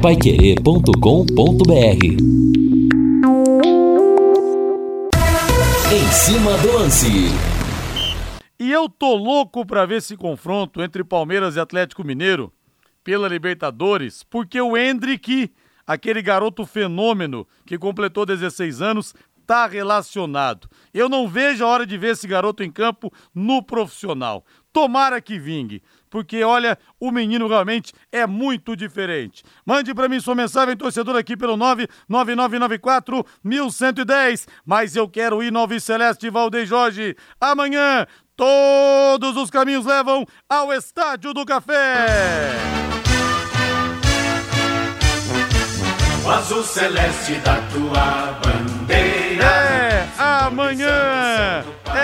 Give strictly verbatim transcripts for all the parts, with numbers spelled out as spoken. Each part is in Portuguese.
paiquerê ponto com ponto br. Em cima do lance. E eu tô louco pra ver esse confronto entre Palmeiras e Atlético Mineiro pela Libertadores, porque o Endrick, aquele garoto fenômeno que completou dezesseis anos, tá relacionado. Eu não vejo a hora de ver esse garoto em campo no profissional. Tomara que vingue, porque olha, o menino realmente é muito diferente. Mande pra mim sua mensagem, torcedor, aqui pelo nove nove nove nove quatro um um zero. Mas eu quero ir no Alves Celeste, Valdeir Jorge. Amanhã, todos os caminhos levam ao Estádio do Café. O azul celeste da tua bandeira. É amanhã,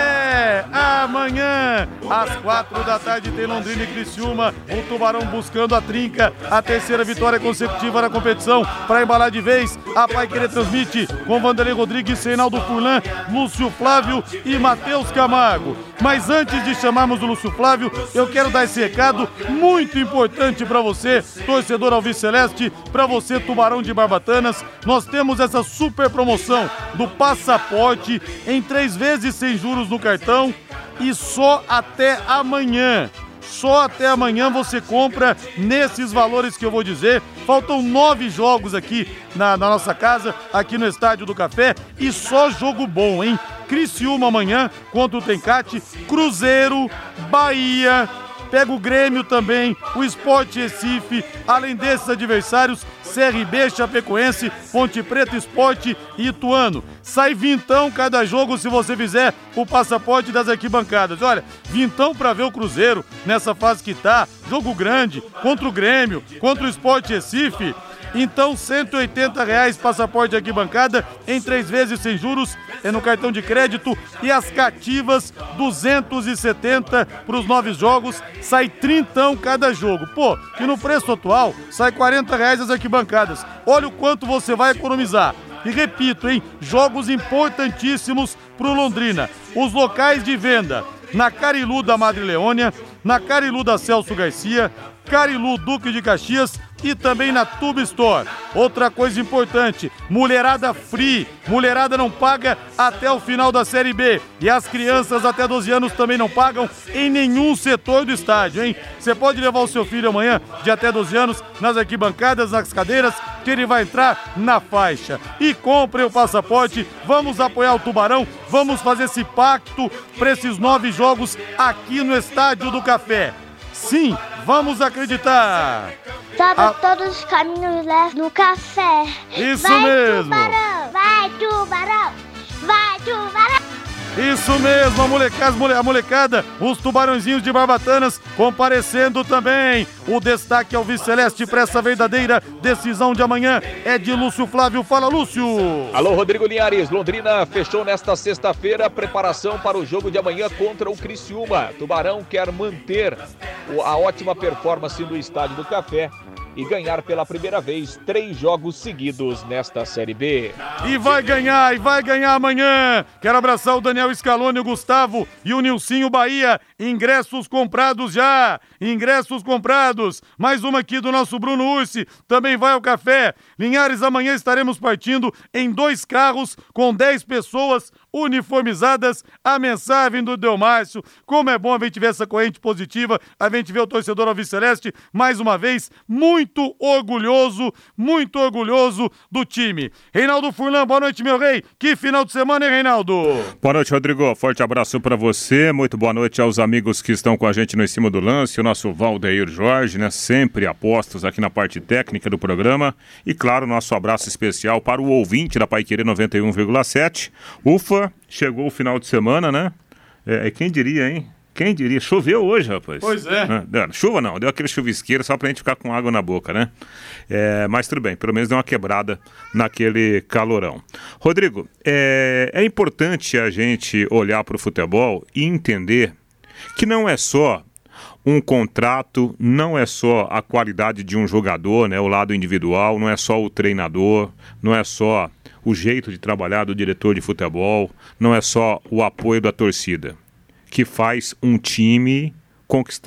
é amanhã, às quatro da tarde tem Londrina e Criciúma, o Tubarão buscando a trinca, a terceira vitória consecutiva na competição, para embalar de vez, a Paiquerê transmite com Vanderlei Rodrigues, Reinaldo Furlan, Lúcio Flávio e Matheus Camargo. Mas antes de chamarmos o Lúcio Flávio, eu quero dar esse recado muito importante para você, torcedor Alves Celeste, para você, Tubarão de Barbatanas. Nós temos essa super promoção do passaporte em três vezes sem juros no cartão e só até amanhã. Só até amanhã você compra nesses valores que eu vou dizer. Faltam nove jogos aqui na, na nossa casa, aqui no Estádio do Café, e só jogo bom, hein? Criciúma amanhã contra o Tencate, Cruzeiro, Bahia, pega o Grêmio também, o Sport Recife, além desses adversários, C R B, Chapecoense, Ponte Preta, Sport e Ituano. Sai vintão cada jogo se você fizer o passaporte das arquibancadas. Olha, vintão pra ver o Cruzeiro nessa fase que tá, jogo grande, contra o Grêmio, contra o Sport Recife. Então, cento e oitenta reais passaporte de arquibancada em três vezes sem juros, é no cartão de crédito, e as cativas duzentos e setenta para os nove jogos, sai trintão cada jogo. Pô, e no preço atual sai quarenta reais as arquibancadas. Olha o quanto você vai economizar. E repito, hein, jogos importantíssimos pro Londrina. Os locais de venda na Carilu da Madre Leônia, na Carilu da Celso Garcia, Carilu Duque de Caxias e também na Tube Store. Outra coisa importante, mulherada free, mulherada não paga até o final da Série B, e as crianças até doze anos também não pagam em nenhum setor do estádio, hein? Você pode levar o seu filho amanhã de até doze anos nas arquibancadas, nas cadeiras, que ele vai entrar na faixa. E compre o passaporte, vamos apoiar o Tubarão, vamos fazer esse pacto para esses nove jogos aqui no Estádio do Café. Sim, vamos acreditar. Todos, A... todos os caminhos levam no café. Isso vai, mesmo. Tubarão, vai, Tubarão, vai, Tubarão. Isso mesmo, a molecada, a molecada, os tubarãozinhos de Barbatanas comparecendo também. O destaque ao Vice-Celeste para essa verdadeira decisão de amanhã é de Lúcio Flávio. Fala, Lúcio! Alô, Rodrigo Linhares. Londrina fechou nesta sexta-feira a preparação para o jogo de amanhã contra o Criciúma. Tubarão quer manter a ótima performance do Estádio do Café e ganhar pela primeira vez três jogos seguidos nesta Série B. E vai ganhar, e vai ganhar amanhã. Quero abraçar o Daniel Scaloni, o Gustavo e o Nilcinho Bahia. Ingressos comprados já, ingressos comprados. Mais uma aqui do nosso Bruno Ursi, também vai ao café. Linhares, amanhã estaremos partindo em dois carros com dez pessoas uniformizadas. A mensagem do Delmárcio, como é bom a gente ver essa corrente positiva, a gente vê o torcedor Alves Celeste, mais uma vez, muito orgulhoso, muito orgulhoso do time. Reinaldo Furlan, boa noite, meu rei. Que final de semana, hein, Reinaldo? Boa noite, Rodrigo. Forte abraço para você. Muito boa noite aos amigos que estão com a gente no Em Cima do Lance, o nosso Valdeir Jorge, né? Sempre apostos aqui na parte técnica do programa. E, claro, nosso abraço especial para o ouvinte da Paiquerê noventa e um vírgula sete. Ufa, chegou o final de semana, né? É, quem diria, hein? Quem diria? Choveu hoje, rapaz. Pois é. Não, chuva não, deu aquele chuvisqueiro só pra gente ficar com água na boca, né? É, mas tudo bem, pelo menos deu uma quebrada naquele calorão. Rodrigo, é, é importante a gente olhar pro futebol e entender que não é só um contrato, não é só a qualidade de um jogador, né? O lado individual, não é só o treinador, não é só o jeito de trabalhar do diretor de futebol, não é só o apoio da torcida que faz um time conquistar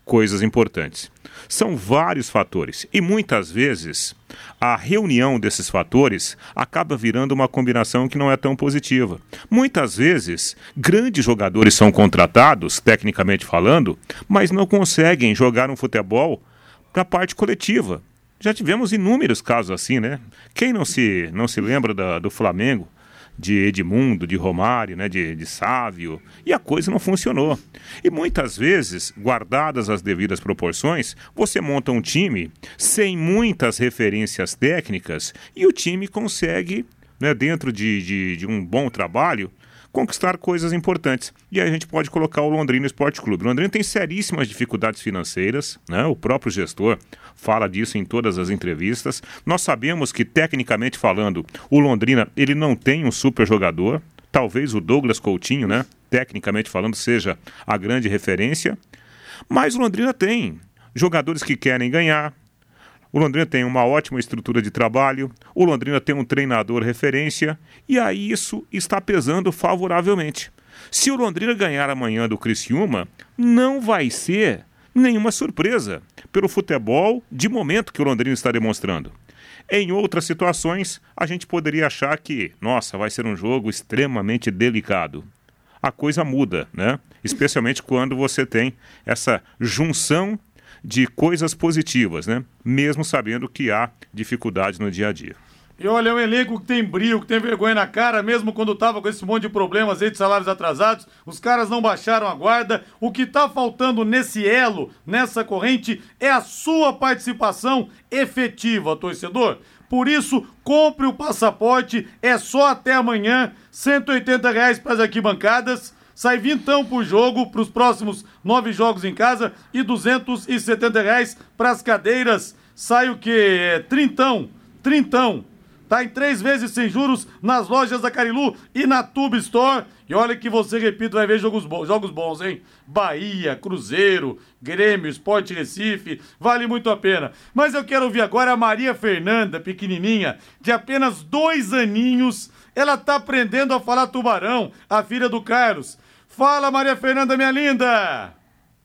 coisas importantes. São vários fatores e muitas vezes a reunião desses fatores acaba virando uma combinação que não é tão positiva. Muitas vezes, grandes jogadores são contratados, tecnicamente falando, mas não conseguem jogar um futebol para a parte coletiva. Já tivemos inúmeros casos assim, né? Quem não se, não se lembra da, do Flamengo, de Edmundo, de Romário, né, de, de Sávio, e a coisa não funcionou. E muitas vezes, guardadas as devidas proporções, você monta um time sem muitas referências técnicas e o time consegue, né, dentro de, de, de um bom trabalho, conquistar coisas importantes. E aí a gente pode colocar o Londrina Esporte Clube. O Londrina tem seríssimas dificuldades financeiras, né? O próprio gestor fala disso em todas as entrevistas. Nós sabemos que, tecnicamente falando, o Londrina ele não tem um super jogador. Talvez o Douglas Coutinho, né? Tecnicamente falando, seja a grande referência. Mas o Londrina tem jogadores que querem ganhar. O Londrina tem uma ótima estrutura de trabalho, o Londrina tem um treinador referência, e aí isso está pesando favoravelmente. Se o Londrina ganhar amanhã do Criciúma, não vai ser nenhuma surpresa pelo futebol de momento que o Londrina está demonstrando. Em outras situações, a gente poderia achar que, nossa, vai ser um jogo extremamente delicado. A coisa muda, né? Especialmente quando você tem essa junção de coisas positivas, né? Mesmo sabendo que há dificuldades no dia a dia. E olha, é um elenco que tem brilho, que tem vergonha na cara, mesmo quando tava com esse monte de problemas aí de salários atrasados, os caras não baixaram a guarda. O que tá faltando nesse elo, nessa corrente, é a sua participação efetiva, torcedor. Por isso, compre o passaporte, é só até amanhã, cento e oitenta reais para as arquibancadas. Sai vintão por jogo, para os próximos nove jogos em casa, e duzentos e setenta reais para as cadeiras. Sai o quê? Trintão, trintão. Tá em três vezes sem juros nas lojas da Carilu e na Tube Store. E olha que você, repito, vai ver jogos bons, jogos bons, hein? Bahia, Cruzeiro, Grêmio, Sport Recife, vale muito a pena. Mas eu quero ouvir agora a Maria Fernanda, pequenininha, de apenas dois aninhos. Ela tá aprendendo a falar tubarão, a filha do Carlos. Fala, Maria Fernanda, minha linda!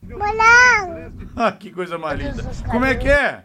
Bolão! Ah, que coisa mais linda. Como é que é?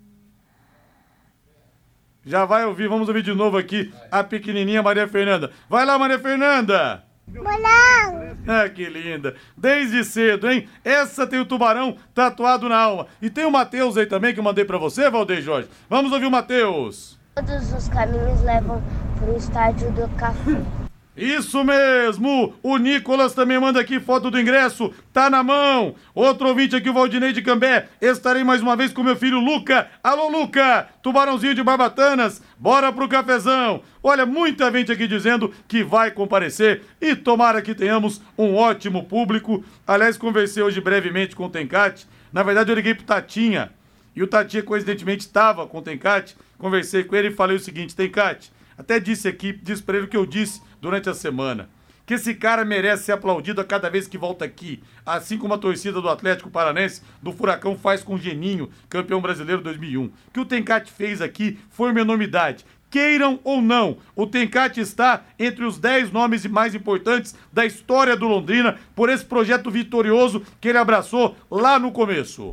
Já vai ouvir, vamos ouvir de novo aqui a pequenininha Maria Fernanda. Vai lá, Maria Fernanda! Bolão! Ah, que linda. Desde cedo, hein? Essa tem o tubarão tatuado na alma. E tem o Matheus aí também que eu mandei pra você, Valdeir Jorge. Vamos ouvir o Matheus. Todos os caminhos levam pro estádio do café. Isso mesmo! O Nicolas também manda aqui foto do ingresso, tá na mão! Outro ouvinte aqui, o Valdinei de Cambé. Estarei mais uma vez com meu filho Luca. Alô, Luca! Tubarãozinho de Barbatanas, bora pro cafezão! Olha, muita gente aqui dizendo que vai comparecer e tomara que tenhamos um ótimo público. Aliás, conversei hoje brevemente com o Tencate. Na verdade, eu liguei pro Tatinha e o Tatinha, coincidentemente, estava com o Tencate. Conversei com ele e falei o seguinte: Tencate, até disse aqui, disse pra ele o que eu disse durante a semana, que esse cara merece ser aplaudido a cada vez que volta aqui, assim como a torcida do Atlético Paranense, do Furacão, faz com o Geninho, campeão brasileiro dois mil e um. O que o Tencate fez aqui foi uma enormidade. Queiram ou não, o Tencate está entre os dez nomes mais importantes da história do Londrina por esse projeto vitorioso que ele abraçou lá no começo.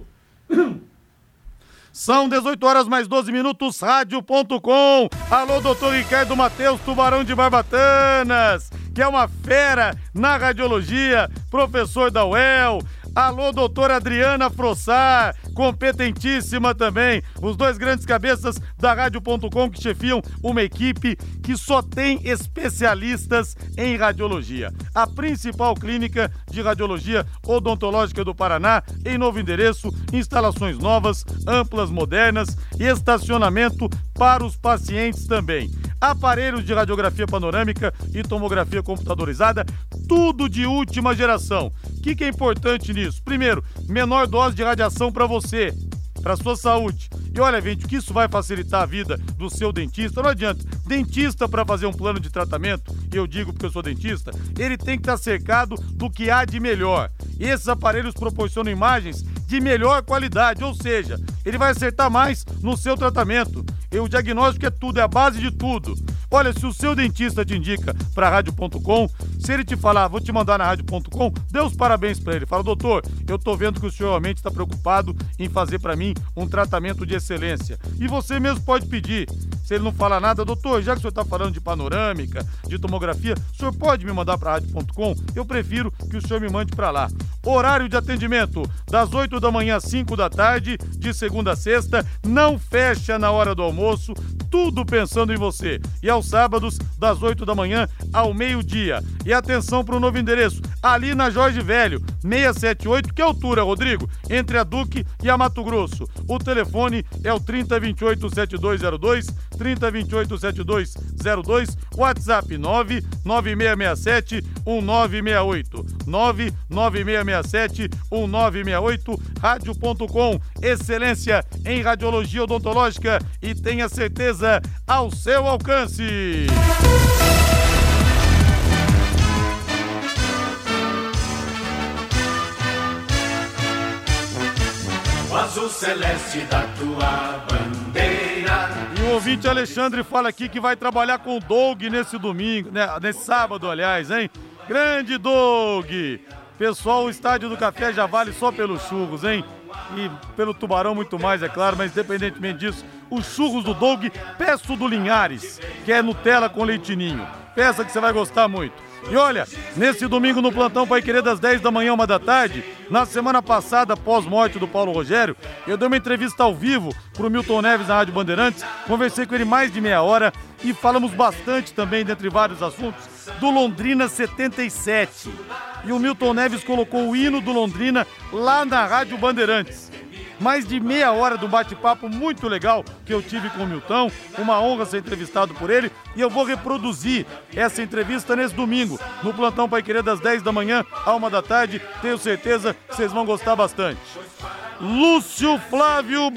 São dezoito horas mais doze minutos, rádio ponto com. Alô, doutor Ricardo Matheus, Tubarão de Barbatanas, que é uma fera na radiologia, professor da U E L. Alô, doutora Adriana Frossar, competentíssima também. Os dois grandes cabeças da rádio ponto com que chefiam uma equipe que só tem especialistas em radiologia. A principal clínica de radiologia odontológica do Paraná, em novo endereço, instalações novas, amplas, modernas e estacionamento para os pacientes também. Aparelhos de radiografia panorâmica e tomografia computadorizada, tudo de última geração. O que, que é importante nisso? Primeiro, menor dose de radiação para você, para sua saúde. E olha, gente, o que isso vai facilitar a vida do seu dentista? Não adianta. Dentista, para fazer um plano de tratamento, e eu digo porque eu sou dentista, ele tem que estar cercado do que há de melhor. E esses aparelhos proporcionam imagens de melhor qualidade, ou seja, ele vai acertar mais no seu tratamento. E o diagnóstico é tudo, é a base de tudo. Olha, se o seu dentista te indica para rádio ponto com, se ele te falar, vou te mandar na rádio ponto com, dê os parabéns para ele. Fala, doutor, eu tô vendo que o senhor realmente está preocupado em fazer para mim um tratamento de excelência. E você mesmo pode pedir. Se ele não fala nada, doutor, já que o senhor está falando de panorâmica, de tomografia, o senhor pode me mandar para rádio ponto com? Eu prefiro que o senhor me mande para lá. Horário de atendimento, das oito da manhã às cinco da tarde, de segunda a sexta, não fecha na hora do almoço, tudo pensando em você. E aos sábados, das oito da manhã ao meio-dia. E atenção para o novo endereço, ali na Jorge Velho, seiscentos e setenta e oito, que altura, Rodrigo? Entre a Duque e a Mato Grosso. O telefone é o trinta, vinte e oito, setenta e dois zero dois, trinta, vinte e oito, setenta e dois zero dois, WhatsApp nove nove seis seis sete, um nove seis oito, nove nove seis seis sete, um nove seis oito, rádio ponto com, excelência em radiologia odontológica e tenha certeza ao seu alcance. O azul celeste da tua bandeira. E o ouvinte Alexandre fala aqui que vai trabalhar com o Doug nesse domingo, né? Nesse sábado, aliás, hein? Grande Doug! Pessoal, o Estádio do Café já vale só pelos churros, hein? E pelo Tubarão muito mais, é claro, mas independentemente disso, os churros do Doug, peço do Linhares, que é Nutella com leitinho. Peça que você vai gostar muito. E olha, nesse domingo no Plantão Paiquerê das dez da manhã, uma da tarde, na semana passada, pós-morte do Paulo Rogério, eu dei uma entrevista ao vivo pro Milton Neves na Rádio Bandeirantes, conversei com ele mais de meia hora e falamos bastante também, dentre vários assuntos, do Londrina setenta e sete. E o Milton Neves colocou o hino do Londrina lá na Rádio Bandeirantes. Mais de meia hora do bate-papo muito legal que eu tive com o Milton, uma honra ser entrevistado por ele, e eu vou reproduzir essa entrevista nesse domingo, no Plantão Paiquerê das dez da manhã à uma da tarde, tenho certeza que vocês vão gostar bastante. Lúcio Flávio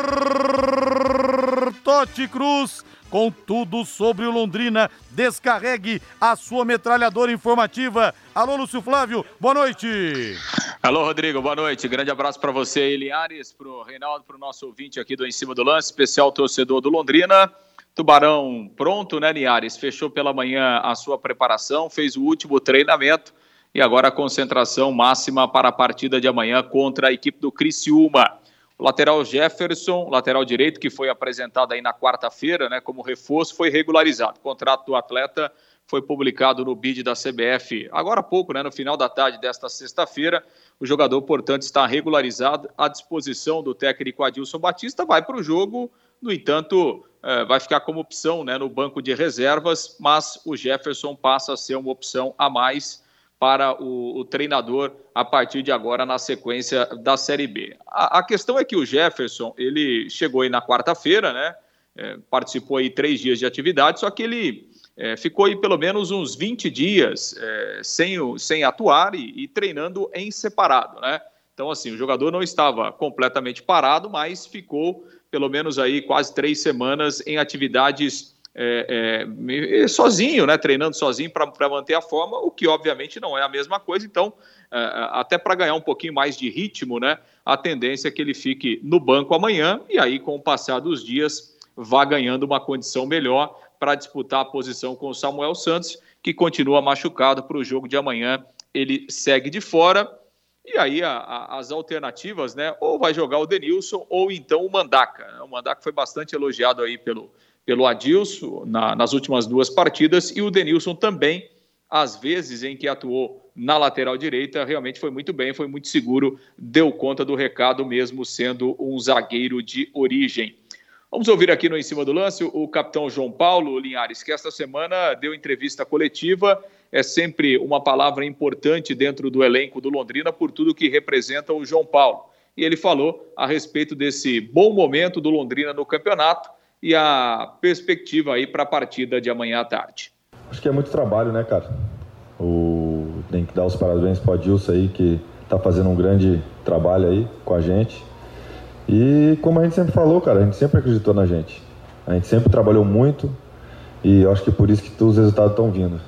Bortotti Cruz, com tudo sobre o Londrina, descarregue a sua metralhadora informativa. Alô, Lúcio Flávio, boa noite. Alô, Rodrigo, boa noite. Grande abraço para você, Linhares, para o Reinaldo, para o nosso ouvinte aqui do Em Cima do Lance, especial torcedor do Londrina. Tubarão pronto, né, Linhares? Fechou pela manhã a sua preparação, fez o último treinamento e agora a concentração máxima para a partida de amanhã contra a equipe do Criciúma. O lateral Jefferson, lateral direito, que foi apresentado aí na quarta-feira, né, como reforço, foi regularizado. O contrato do atleta foi publicado no B I D da C B F agora há pouco, né, no final da tarde desta sexta-feira. O jogador, portanto, está regularizado à disposição do técnico Adilson Batista, vai para o jogo, no entanto, é, vai ficar como opção, né, no banco de reservas, mas o Jefferson passa a ser uma opção a mais para o, o treinador a partir de agora na sequência da Série B. A, a questão é que o Jefferson, ele chegou aí na quarta-feira, né, é, participou aí três dias de atividade, só que ele é, ficou aí pelo menos uns vinte dias é, sem, sem atuar e, e treinando em separado, né? Então, assim, o jogador não estava completamente parado, mas ficou pelo menos aí quase três semanas em atividades É, é, sozinho, né, treinando sozinho para manter a forma, o que obviamente não é a mesma coisa. Então, é, até para ganhar um pouquinho mais de ritmo, né, a tendência é que ele fique no banco amanhã e aí, com o passar dos dias, vá ganhando uma condição melhor para disputar a posição com o Samuel Santos, que continua machucado. Para o jogo de amanhã, ele segue de fora. E aí a, a, as alternativas, né, ou vai jogar o Denilson ou então o Mandaca. O Mandaca foi bastante elogiado aí pelo pelo Adilson na, nas últimas duas partidas, e o Denilson também, às vezes em que atuou na lateral direita, realmente foi muito bem, foi muito seguro, deu conta do recado mesmo sendo um zagueiro de origem. Vamos ouvir aqui no Em Cima do Lance o capitão João Paulo Linhares, que esta semana deu entrevista coletiva, é sempre uma palavra importante dentro do elenco do Londrina por tudo que representa o João Paulo. E ele falou a respeito desse bom momento do Londrina no campeonato e a perspectiva aí para a partida de amanhã à tarde. Acho que é muito trabalho, né, cara? O... Tem que dar os parabéns para o Adilson aí, que está fazendo um grande trabalho aí com a gente. E como a gente sempre falou, cara, a gente sempre acreditou na gente. A gente sempre trabalhou muito e eu acho que é por isso que todos os resultados estão vindo.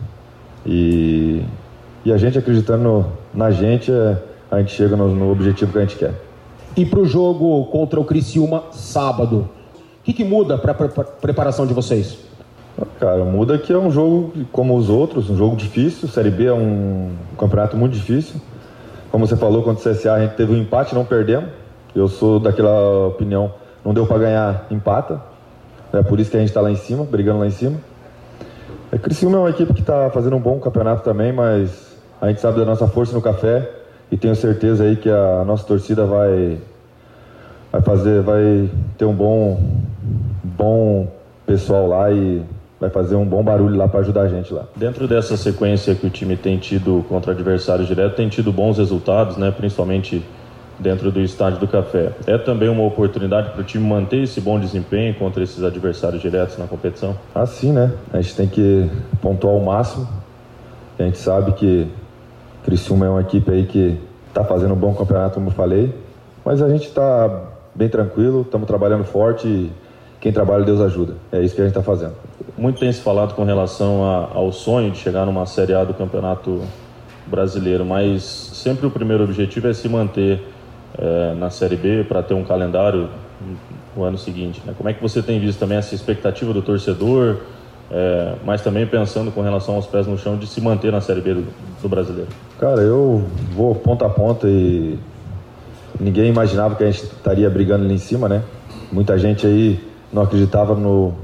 E, e a gente acreditando na gente, a gente chega no, no objetivo que a gente quer. E para o jogo contra o Criciúma, sábado, o que, que muda para a preparação de vocês? Cara, muda que é um jogo como os outros, um jogo difícil. Série B é um campeonato muito difícil. Como você falou, contra o C S A a gente teve um empate, não perdemos. Eu sou daquela opinião, não deu para ganhar, empata. É por isso que a gente está lá em cima, brigando lá em cima. A Criciúma é uma equipe que está fazendo um bom campeonato também, mas a gente sabe da nossa força no café e tenho certeza aí que a nossa torcida vai, vai fazer, vai ter um bom, bom pessoal lá e vai fazer um bom barulho lá para ajudar a gente lá. Dentro dessa sequência que o time tem tido contra adversários diretos, tem tido bons resultados, né? Principalmente dentro do Estádio do Café. É também uma oportunidade para o time manter esse bom desempenho contra esses adversários diretos na competição? Ah, sim, né? A gente tem que pontuar ao máximo. A gente sabe que Criciúma é uma equipe aí que está fazendo um bom campeonato, como eu falei, mas a gente está bem tranquilo, estamos trabalhando forte e quem trabalha, Deus ajuda. É isso que a gente está fazendo. Muito tem se falado com relação a, ao sonho de chegar numa Série A do Campeonato Brasileiro, mas sempre o primeiro objetivo é se manter É, na Série B para ter um calendário no ano seguinte, né? Como é que você tem visto também essa expectativa do torcedor, é, mas também pensando com relação aos pés no chão de se manter na Série B do, do Brasileiro? Cara, eu vou ponta a ponta e ninguém imaginava que a gente estaria brigando ali em cima, né? Muita gente aí não acreditava no,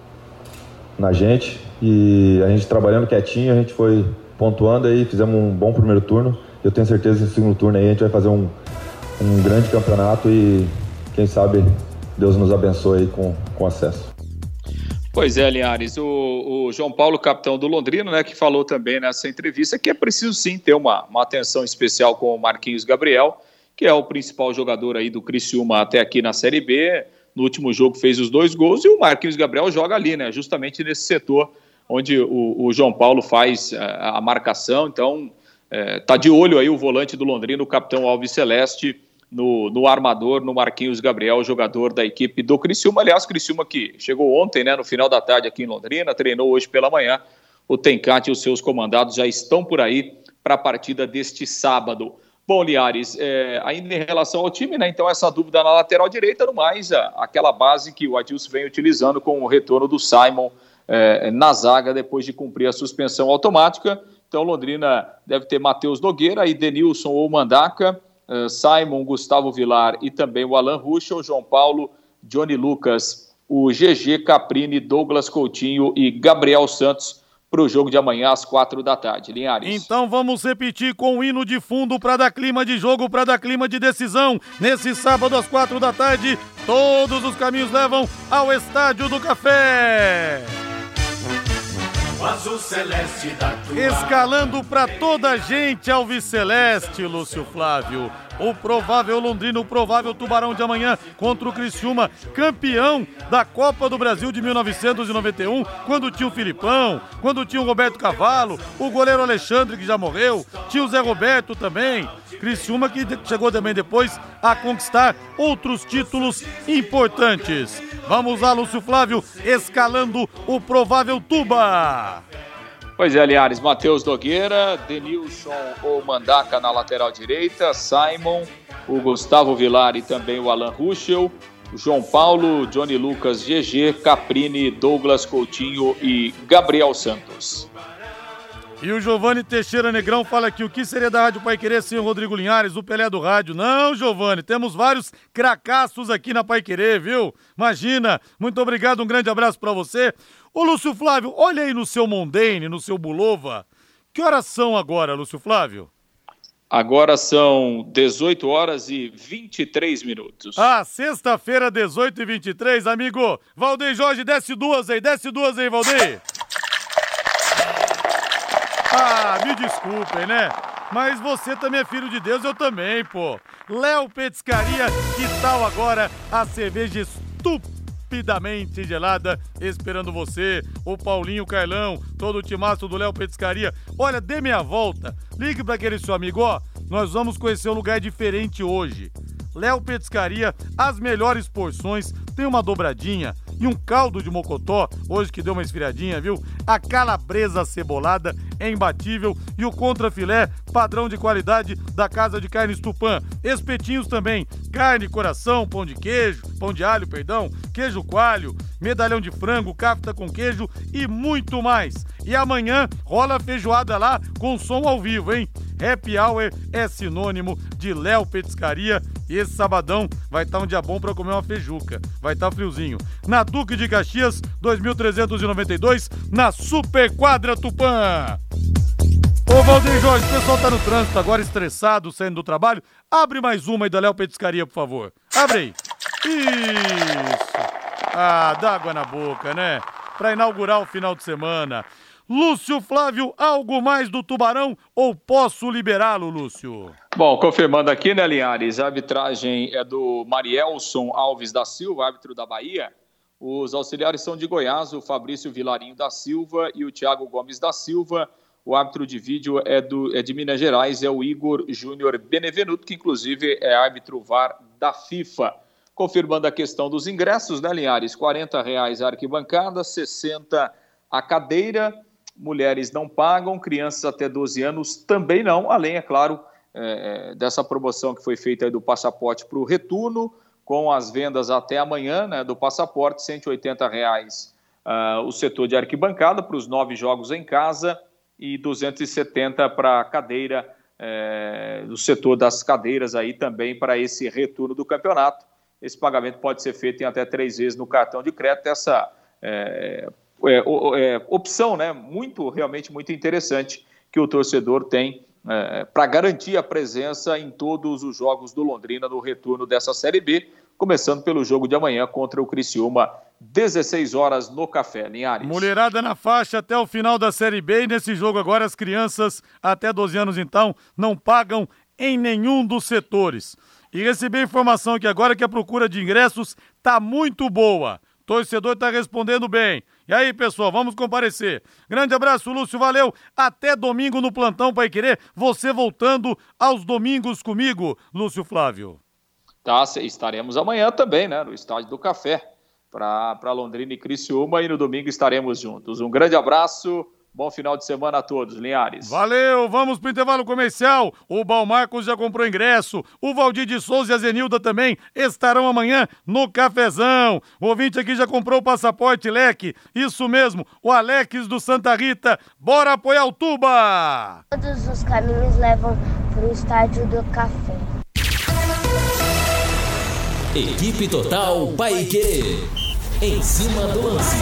na gente e a gente trabalhando quietinho, a gente foi pontuando aí, fizemos um bom primeiro turno. Eu tenho certeza que no segundo turno aí a gente vai fazer um um grande campeonato e quem sabe Deus nos abençoe aí com, com acesso. Pois é, Linhares, o, o João Paulo, capitão do Londrina, né, que falou também nessa entrevista que é preciso sim ter uma, uma atenção especial com o Marquinhos Gabriel, que é o principal jogador aí do Criciúma até aqui na Série B. No último jogo fez os dois gols e o Marquinhos Gabriel joga ali, né, justamente nesse setor onde o, o João Paulo faz a, a marcação. Então é, tá de olho aí o volante do Londrina, o capitão Alves Celeste, No, no armador, no Marquinhos Gabriel, jogador da equipe do Criciúma. Aliás, Criciúma que chegou ontem, né, no final da tarde aqui em Londrina, treinou hoje pela manhã. O Tencate e os seus comandados já estão por aí para a partida deste sábado. Bom, Linhares, é, ainda em relação ao time, né, então essa dúvida na lateral direita, no mais, a, aquela base que o Adilson vem utilizando com o retorno do Simon é, na zaga depois de cumprir a suspensão automática. Então, Londrina deve ter Matheus Nogueira, e Denilson ou Mandaca, Uh, Simon, Gustavo Vilar e também o Alan Ruschel, João Paulo, Johnny Lucas, o G G Caprini, Douglas Coutinho e Gabriel Santos para o jogo de amanhã às quatro da tarde. Linhares. Então vamos repetir com o hino de fundo para dar clima de jogo, para dar clima de decisão. Nesse sábado às quatro da tarde, todos os caminhos levam ao Estádio do Café. Azul celeste da tua... Escalando pra toda a gente, Alves Celeste, Lúcio Flávio. O provável Londrina, o provável Tubarão de amanhã contra o Criciúma, campeão da Copa do Brasil de mil novecentos e noventa e um, quando tinha o Filipão, quando tinha o Roberto Cavalo, o goleiro Alexandre, que já morreu, tinha o Zé Roberto também. Criciúma que chegou também depois a conquistar outros títulos importantes. Vamos lá, Lúcio Flávio, escalando o provável Tuba. Pois é, Linhares, Matheus Nogueira, Denilson ou Mandaca na lateral direita, Simon, o Gustavo Vilar e também o Alan Ruschel, João Paulo, Johnny Lucas, G G, Caprini, Douglas Coutinho e Gabriel Santos. E o Giovanni Teixeira Negrão fala aqui, o que seria da Rádio Paiquerê sem o Rodrigo Linhares, o Pelé do rádio? Não, Giovanni, temos vários cracassos aqui na Paiquerê, viu? Imagina, muito obrigado, um grande abraço pra você. Ô, Lúcio Flávio, olha aí no seu Mondane, no seu Bulova, que horas são agora, Lúcio Flávio? Agora são dezoito horas e vinte e três minutos. Ah, sexta-feira, dezoito e vinte e três, amigo. Valdeir Jorge, desce duas aí, desce duas aí, Valdeir. Ah, me desculpem, né? Mas você também é filho de Deus, eu também, pô. Léo Petiscaria, que tal agora a cerveja estupidamente gelada esperando você? O Paulinho, o Carlão, todo o timaço do Léo Petiscaria. Olha, dê meia volta, ligue para aquele seu amigo, ó. Nós vamos conhecer um lugar diferente hoje. Léo Petiscaria, as melhores porções, tem uma dobradinha, e um caldo de mocotó, hoje que deu uma esfriadinha, viu? A calabresa cebolada é imbatível e o contrafilé, padrão de qualidade da Casa de Carnes Tupã. Espetinhos também, carne, coração, pão de queijo, pão de alho, perdão, queijo coalho, medalhão de frango, cafta com queijo e muito mais. E amanhã rola feijoada lá com som ao vivo, hein? Happy Hour é sinônimo de Léo Petiscaria e esse sabadão vai estar um dia bom para comer uma feijuca. Vai estar friozinho. Na Duque de Caxias, dois mil trezentos e noventa e dois, na Super Quadra Tupã. Ô Valdir Jorge, o pessoal tá no trânsito agora, estressado, saindo do trabalho. Abre mais uma aí da Léo Petiscaria, por favor. Abre aí. Isso. Ah, dá água na boca, né? Pra inaugurar o final de semana. Lúcio Flávio, algo mais do Tubarão ou posso liberá-lo, Lúcio? Bom, confirmando aqui, né, Linhares, a arbitragem é do Marielson Alves da Silva, árbitro da Bahia. Os auxiliares são de Goiás, o Fabrício Vilarinho da Silva e o Thiago Gomes da Silva. O árbitro de vídeo é, do, é de Minas Gerais, é o Igor Júnior Benevenuto, que inclusive é árbitro V A R da FIFA. Confirmando a questão dos ingressos, né, Linhares? quarenta reais a arquibancada, sessenta a cadeira. Mulheres não pagam, crianças até doze anos também não, além, é claro, é, dessa promoção que foi feita aí do passaporte para o retorno, com as vendas até amanhã, né, do passaporte, cento e oitenta reais uh, o setor de arquibancada para os nove jogos em casa e duzentos e setenta para a cadeira, é, do setor das cadeiras aí também para esse retorno do campeonato. Esse pagamento pode ser feito em até três vezes no cartão de crédito. Essa é, é, é, opção, né, muito, realmente muito interessante que o torcedor tem é, para garantir a presença em todos os jogos do Londrina no retorno dessa Série B, começando pelo jogo de amanhã contra o Criciúma, dezesseis horas no Café, Linhares. Mulherada na faixa até o final da Série B e nesse jogo agora as crianças até doze anos então não pagam em nenhum dos setores. E recebi a informação aqui agora que a procura de ingressos tá muito boa. Torcedor tá respondendo bem. E aí, pessoal, vamos comparecer. Grande abraço, Lúcio, valeu. Até domingo no Plantão Pai Querer. Você voltando aos domingos comigo, Lúcio Flávio. Tá, estaremos amanhã também, né, no Estádio do Café, para Londrina e Criciúma, e no domingo estaremos juntos. Um grande abraço. Bom final de semana a todos, Linhares. Valeu, vamos pro intervalo comercial. O Balmarcos já comprou ingresso. O Valdir de Souza e a Zenilda também estarão amanhã no Cafezão. O ouvinte aqui já comprou o passaporte Leque. Isso mesmo, o Alex do Santa Rita. Bora apoiar o Tuba! Todos os caminhos levam pro Estádio do Café. Equipe Total Paiquerê. Em cima do lance.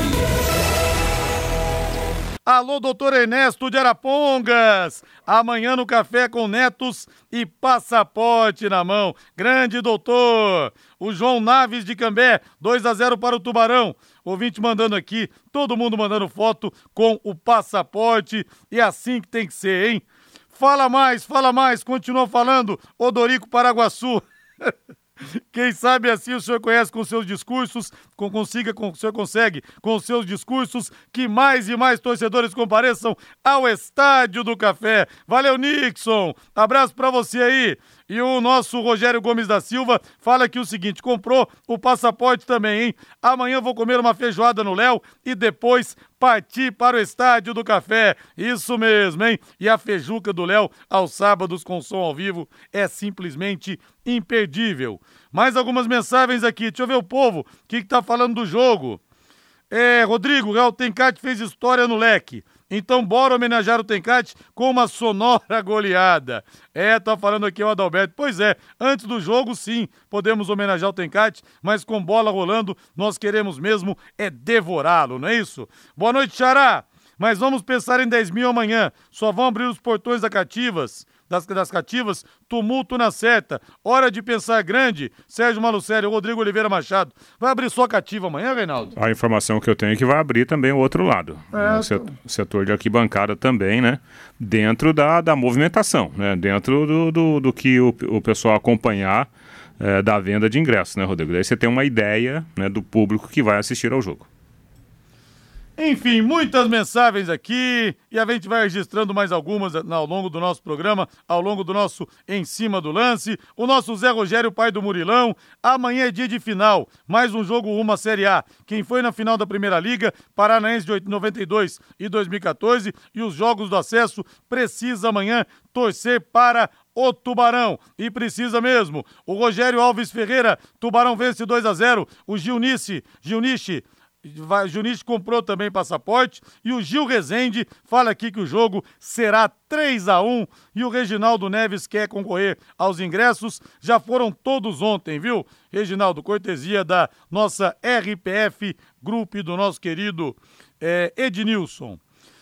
Alô, doutor Ernesto de Arapongas. Amanhã no Café com netos e passaporte na mão. Grande doutor. O João Naves de Cambé, dois a zero para o Tubarão. Ouvinte mandando aqui, todo mundo mandando foto com o passaporte. E assim que tem que ser, hein? Fala mais, fala mais. Continua falando, Odorico Paraguaçu. Quem sabe assim o senhor conhece com seus discursos, com, consiga, com, o senhor consegue com seus discursos que mais e mais torcedores compareçam ao Estádio do Café. Valeu, Nixon. Abraço pra você aí. E o nosso Rogério Gomes da Silva fala aqui o seguinte, comprou o passaporte também, hein? Amanhã vou comer uma feijoada no Léo e depois partir para o Estádio do Café. Isso mesmo, hein? E a feijuca do Léo aos sábados com som ao vivo é simplesmente imperdível. Mais algumas mensagens aqui. Deixa eu ver o povo. O que que tá falando do jogo? É, Rodrigo, o Real Tencate fez história no Leque. Então bora homenagear o Tencate com uma sonora goleada. É, tá falando aqui o Adalberto. Pois é, antes do jogo sim, podemos homenagear o Tencate, mas com bola rolando, nós queremos mesmo é devorá-lo, não é isso? Boa noite, Xará. Mas vamos pensar em dez mil amanhã. Só vão abrir os portões da cativas, das, das cativas, tumulto na certa. Hora de pensar grande. Sérgio Malucelli, Rodrigo Oliveira Machado. Vai abrir só a cativa amanhã, Reinaldo? A informação que eu tenho é que vai abrir também o outro lado. É, o setor, setor de arquibancada também, né? Dentro da, da movimentação, né? Dentro do, do, do que o, o pessoal acompanhar é, da venda de ingressos, né, Rodrigo? Daí você tem uma ideia, né, do público que vai assistir ao jogo. Enfim, muitas mensagens aqui e a gente vai registrando mais algumas ao longo do nosso programa, ao longo do nosso Em Cima do Lance. O nosso Zé Rogério, pai do Murilão, amanhã é dia de final, mais um jogo rumo à Série A. Quem foi na final da Primeira Liga, Paranaense de noventa e dois e dois mil e catorze, e os jogos do acesso, precisa amanhã torcer para o Tubarão, e precisa mesmo. O Rogério Alves Ferreira, Tubarão vence dois a zero, o Gilnice, Gilniche, Gilniche comprou também passaporte, e o Gil Rezende fala aqui que o jogo será três a um, e o Reginaldo Neves quer concorrer aos ingressos, já foram todos ontem, viu? Reginaldo, cortesia da nossa R P F Group, do nosso querido é, Ednilson.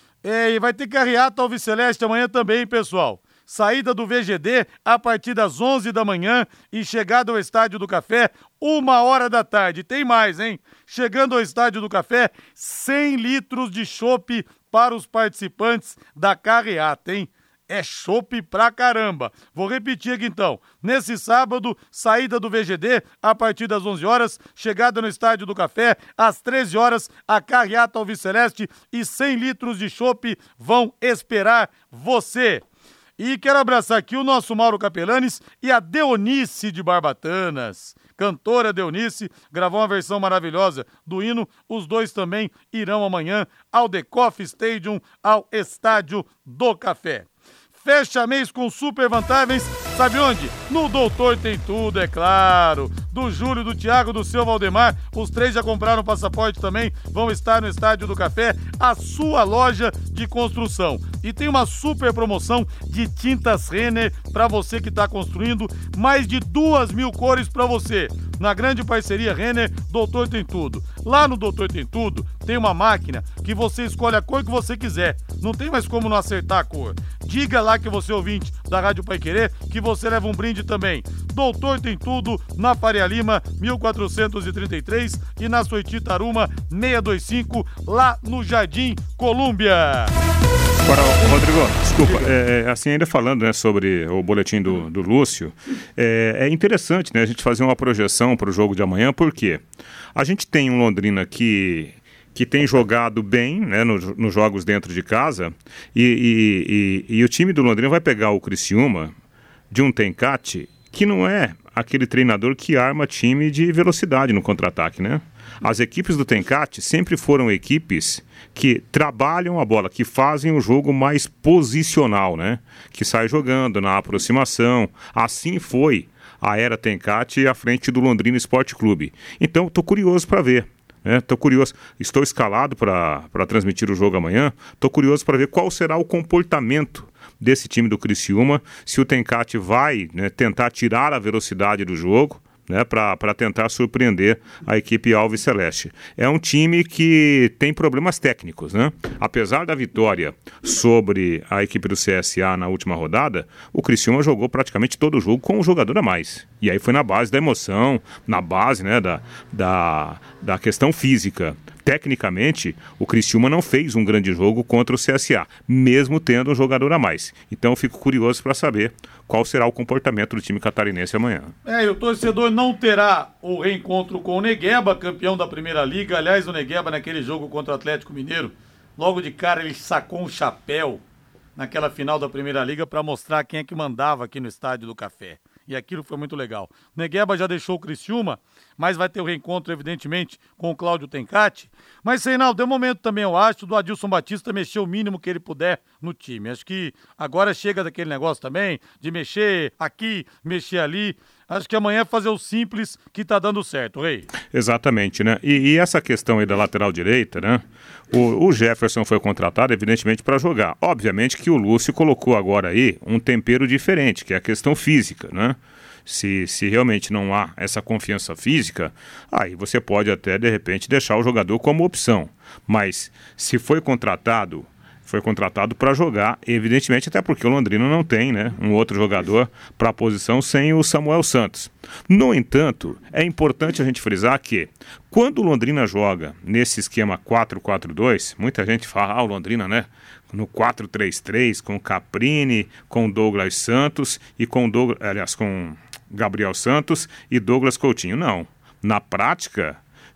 É, e vai ter carreata Alves Celeste amanhã também, pessoal. Saída do V G D a partir das onze da manhã e chegada ao Estádio do Café, uma hora da tarde. Tem mais, hein? Chegando ao Estádio do Café, cem litros de chopp para os participantes da carreata, hein? É chopp pra caramba. Vou repetir aqui então. Nesse sábado, saída do V G D a partir das onze horas, chegada no Estádio do Café, às treze horas, a carreata Alves Celeste e cem litros de chopp vão esperar você. E quero abraçar aqui o nosso Mauro Capelanes e a Deonice de Barbatanas. Cantora Deonice gravou uma versão maravilhosa do hino. Os dois também irão amanhã ao The Coffee Stadium, ao Estádio do Café. Fecha mês com super vantagens, sabe onde? No Doutor Tem Tudo, é claro. Do Júlio, do Thiago, do seu Valdemar, os três já compraram passaporte também, vão estar no Estádio do Café, a sua loja de construção. E tem uma super promoção de tintas Renner para você que está construindo, mais de duas mil cores para você. Na grande parceria Renner, Doutor Tem Tudo. Lá no Doutor Tem Tudo, tem uma máquina que você escolhe a cor que você quiser. Não tem mais como não acertar a cor. Diga lá que você é ouvinte da Rádio Paiquerê, que você leva um brinde também. Doutor Tem Tudo, na Faria Lima, mil quatrocentos e trinta e três, e na Soiti Taruma, seiscentos e vinte e cinco, lá no Jardim Colúmbia. Agora, Rodrigo, desculpa, é, assim, ainda falando, né, sobre o boletim do, do Lúcio, é, é interessante, né, a gente fazer uma projeção para o jogo de amanhã, porque a gente tem um Londrina que, que tem jogado bem, né, no, nos jogos dentro de casa, e, e, e, e o time do Londrina vai pegar o Criciúma de um Tencate que não é aquele treinador que arma time de velocidade no contra-ataque, né? As equipes do Tencate sempre foram equipes que trabalham a bola, que fazem o jogo mais posicional, né? Que sai jogando na aproximação. Assim foi a era Tencate à frente do Londrina Esporte Clube. Então, estou curioso para ver. Estou né? curioso, estou escalado para transmitir o jogo amanhã. Estou curioso para ver qual será o comportamento desse time do Criciúma, se o Tencate vai, né, tentar tirar a velocidade do jogo, né, para tentar surpreender a equipe Alves Celeste. É um time que tem problemas técnicos, né? Apesar da vitória sobre a equipe do C S A na última rodada, o Criciúma jogou praticamente todo o jogo com um jogador a mais. E aí foi na base da emoção, na base, né, da, da, da questão física. Tecnicamente, o Criciúma não fez um grande jogo contra o C S A, mesmo tendo um jogador a mais. Então eu fico curioso para saber qual será o comportamento do time catarinense amanhã. É, e o torcedor não terá o reencontro com o Negueba, campeão da Primeira Liga. Aliás, o Negueba, naquele jogo contra o Atlético Mineiro, logo de cara ele sacou um chapéu naquela final da Primeira Liga para mostrar quem é que mandava aqui no Estádio do Café. E aquilo foi muito legal. Negueba já deixou o Criciúma, mas vai ter o reencontro, evidentemente, com o Cláudio Tencate. Mas, Reinaldo, deu momento também, eu acho, do Adilson Batista mexer o mínimo que ele puder no time. Acho que agora chega daquele negócio também, de mexer aqui, mexer ali. Acho que amanhã é fazer o simples que tá dando certo, Rei. Exatamente, né? E, e essa questão aí da lateral direita, né? O, o Jefferson foi contratado, evidentemente, para jogar. Obviamente que o Lúcio colocou agora aí um tempero diferente, que é a questão física, né? Se, se realmente não há essa confiança física, aí você pode até, de repente, deixar o jogador como opção. Mas se foi contratado... foi contratado para jogar, evidentemente, até porque o Londrina não tem, né, um outro jogador para a posição sem o Samuel Santos. No entanto, é importante a gente frisar que quando o Londrina joga nesse esquema quatro quatro dois, muita gente fala, ah, o Londrina, né, no quatro três três, com Caprini, com Douglas Santos e com Douglas, aliás, com Gabriel Santos e Douglas Coutinho. Não, na prática,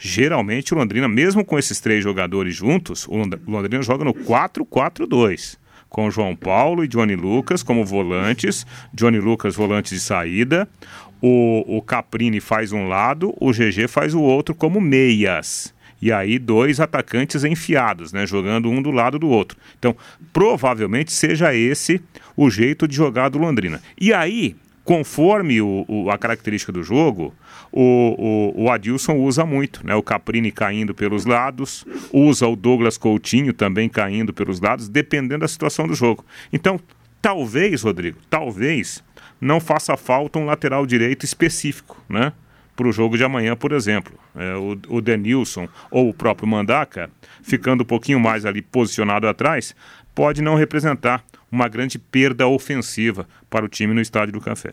Geralmente o Londrina, mesmo com esses três jogadores juntos, o Londrina joga no quatro quatro dois, com João Paulo e Johnny Lucas como volantes, Johnny Lucas volante de saída, o, o Caprini faz um lado, o G G faz o outro como meias. E aí dois atacantes enfiados, né, jogando um do lado do outro. Então, provavelmente seja esse o jeito de jogar do Londrina. E aí, conforme o, o, a característica do jogo, o, o, o Adilson usa muito, né? O Caprini caindo pelos lados, usa o Douglas Coutinho também caindo pelos lados, dependendo da situação do jogo. Então, talvez, Rodrigo, talvez não faça falta um lateral direito específico, né? Para o jogo de amanhã, por exemplo. É, o, o Denilson ou o próprio Mandaca, ficando um pouquinho mais ali posicionado atrás, pode não representar uma grande perda ofensiva para o time no Estádio do Café.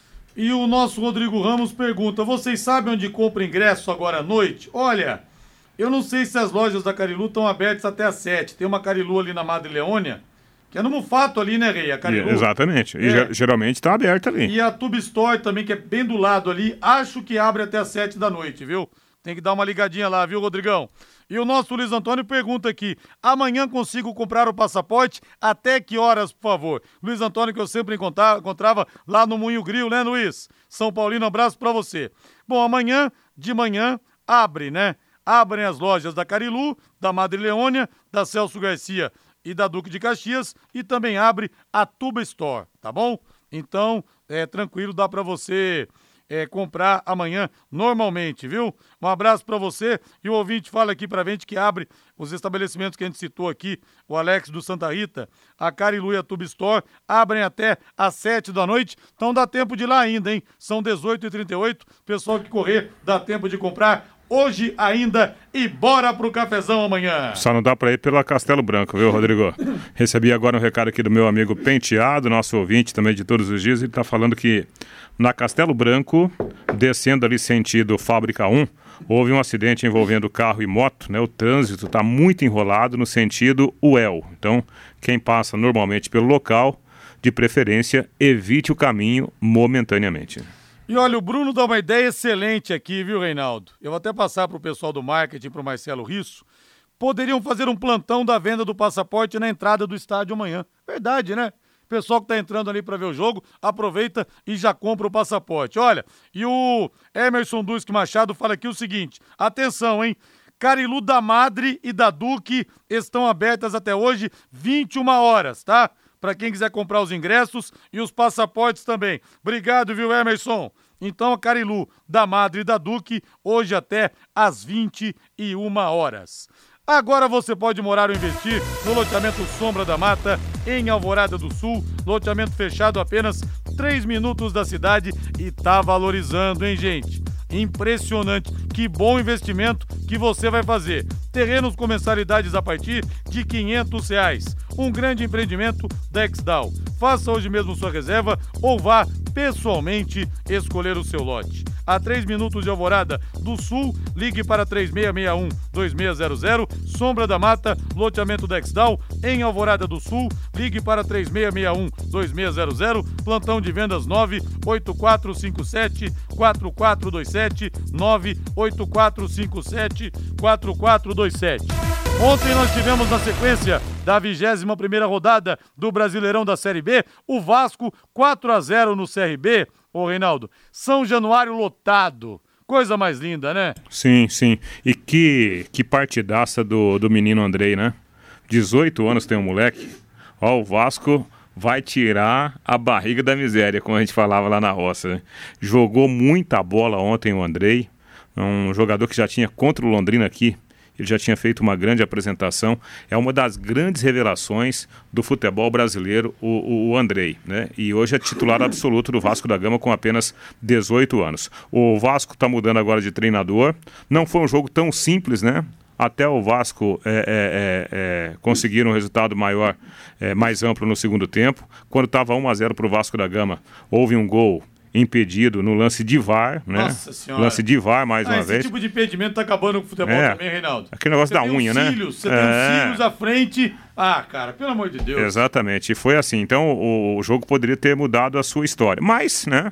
E o nosso Rodrigo Ramos pergunta, vocês sabem onde compra ingresso agora à noite? Olha, eu não sei se as lojas da Carilu estão abertas até às sete. Tem uma Carilu ali na Madre Leônia, que é no Mufato ali, né, Rei? A Carilu. E, exatamente. E é. geralmente está aberta ali. E a Tube Store também, que é bem do lado ali, acho que abre até às sete da noite, viu? Tem que dar uma ligadinha lá, viu, Rodrigão? E o nosso Luiz Antônio pergunta aqui, amanhã consigo comprar o passaporte? Até que horas, por favor? Luiz Antônio, que eu sempre encontrava, encontrava lá no Moinho Grill, né, Luiz? São Paulino, abraço pra você. Bom, amanhã, de manhã, abre, né? Abrem as lojas da Carilu, da Madre Leônia, da Celso Garcia e da Duque de Caxias, e também abre a Tuba Store, tá bom? Então, é tranquilo, dá pra você é, comprar amanhã normalmente, viu? Um abraço pra você, e o ouvinte fala aqui pra gente que abre os estabelecimentos que a gente citou aqui, o Alex do Santa Rita, a Carilu e a Tuba Store, abrem até às sete da noite, então dá tempo de ir lá ainda, hein? São dezoito e trinta e oito, pessoal que correr, dá tempo de comprar hoje ainda e bora pro cafezão amanhã. Só não dá pra ir pela Castelo Branco, viu, Rodrigo? Recebi agora um recado aqui do meu amigo Penteado, nosso ouvinte também de todos os dias, ele tá falando que na Castelo Branco, descendo ali sentido Fábrica um, houve um acidente envolvendo carro e moto, né? O trânsito tá muito enrolado no sentido U E L. Então, quem passa normalmente pelo local, de preferência, evite o caminho momentaneamente. E olha, o Bruno dá uma ideia excelente aqui, viu, Reinaldo? Eu vou até passar para o pessoal do marketing, para o Marcelo Risso. Poderiam fazer um plantão da venda do passaporte na entrada do estádio amanhã. Verdade, né? Pessoal que está entrando ali para ver o jogo, aproveita e já compra o passaporte. Olha, e o Emerson Duque Machado fala aqui o seguinte, atenção, hein? Carilu da Madre e da Duque estão abertas até hoje, vinte e uma horas, tá? Para quem quiser comprar os ingressos e os passaportes também. Obrigado, viu, Emerson? Então, a Carilu, da Madre e da Duque, hoje até às vinte e uma horas. Agora você pode morar ou investir no loteamento Sombra da Mata, em Alvorada do Sul, loteamento fechado a apenas três minutos da cidade e tá valorizando, hein, gente? Impressionante, que bom investimento que você vai fazer. Terrenos com mensalidades a partir de quinhentos reais. Um grande empreendimento da Exdal. Faça hoje mesmo sua reserva ou vá pessoalmente escolher o seu lote. A três minutos de Alvorada do Sul, ligue para três seis seis um, dois seis zero zero. Sombra da Mata, loteamento da Exdal, em Alvorada do Sul, ligue para três seis seis um, dois seis zero zero. Plantão de vendas nove oito quatro cinco sete, quatro quatro dois sete, nove oito quatro cinco sete, quatro quatro dois sete. Ontem nós tivemos na sequência da vigésima primeira rodada do Brasileirão da Série B, o Vasco quatro a zero no C R B. Ô, Reinaldo, São Januário lotado. Coisa mais linda, né? Sim, sim. E que, que partidaça do, do menino Andrei, né? dezoito anos tem um moleque. Ó, o Vasco vai tirar a barriga da miséria, como a gente falava lá na roça, né? Jogou muita bola ontem o Andrei. Um jogador que já tinha contra o Londrina aqui. Ele já tinha feito uma grande apresentação. É uma das grandes revelações do futebol brasileiro, o, o, o Andrei, né? E hoje é titular absoluto do Vasco da Gama com apenas dezoito anos. O Vasco está mudando agora de treinador. Não foi um jogo tão simples, né? Até o Vasco é, é, é, é, conseguir um resultado maior, é, mais amplo no segundo tempo. Quando estava um a zero para o Vasco da Gama, houve um gol impedido no lance de V A R, né? Nossa Senhora. Lance de V A R, mais ah, uma esse vez. Esse tipo de impedimento tá acabando com o futebol é. também, Reinaldo. Aquele negócio você da unha, né? Cílios, você é. tem os cílios à frente. Ah, cara, pelo amor de Deus. Exatamente, e foi assim. Então o, o jogo poderia ter mudado a sua história. Mas, né,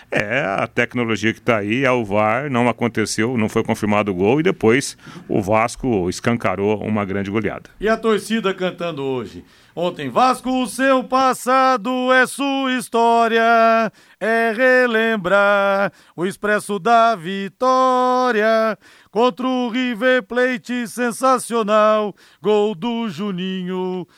É, a tecnologia que está aí, é o V A R, não aconteceu, não foi confirmado o gol e depois o Vasco escancarou uma grande goleada. E a torcida cantando hoje. Ontem, Vasco, o seu passado é sua história, é relembrar o expresso da vitória contra o River Plate sensacional, gol do Juninho,